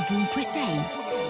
ovunque sei.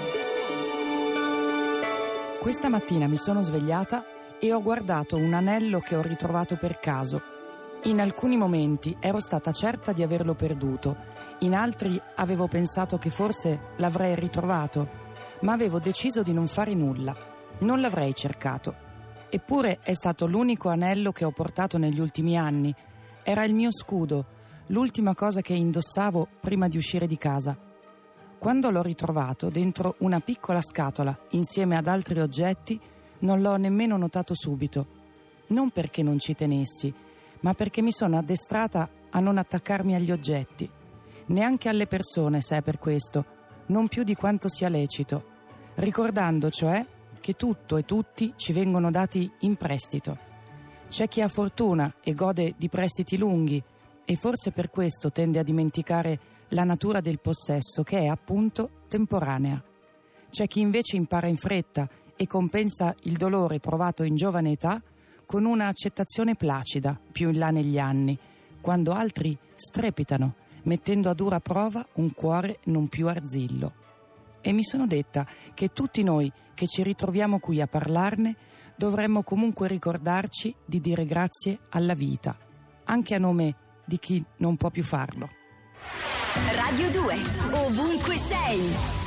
Questa mattina mi sono svegliata e ho guardato un anello che ho ritrovato per caso. In alcuni momenti ero stata certa di averlo perduto, in altri avevo pensato che forse l'avrei ritrovato, ma avevo deciso di non fare nulla. Non l'avrei cercato. Eppure è stato l'unico anello che ho portato negli ultimi anni. Era il mio scudo, l'ultima cosa che indossavo prima di uscire di casa. Quando l'ho ritrovato dentro una piccola scatola insieme ad altri oggetti, non l'ho nemmeno notato subito. Non perché non ci tenessi, ma perché mi sono addestrata a non attaccarmi agli oggetti. Neanche alle persone, se è per questo, non più di quanto sia lecito. Ricordando, cioè, che tutto e tutti ci vengono dati in prestito. C'è chi ha fortuna e gode di prestiti lunghi e forse per questo tende a dimenticare la natura del possesso, che è appunto temporanea. C'è chi invece impara in fretta e compensa il dolore provato in giovane età con una accettazione placida più in là negli anni, quando altri strepitano, mettendo a dura prova un cuore non più arzillo. E mi sono detta che tutti noi che ci ritroviamo qui a parlarne dovremmo comunque ricordarci di dire grazie alla vita, anche a nome di chi non può più farlo. Radio 2, ovunque sei.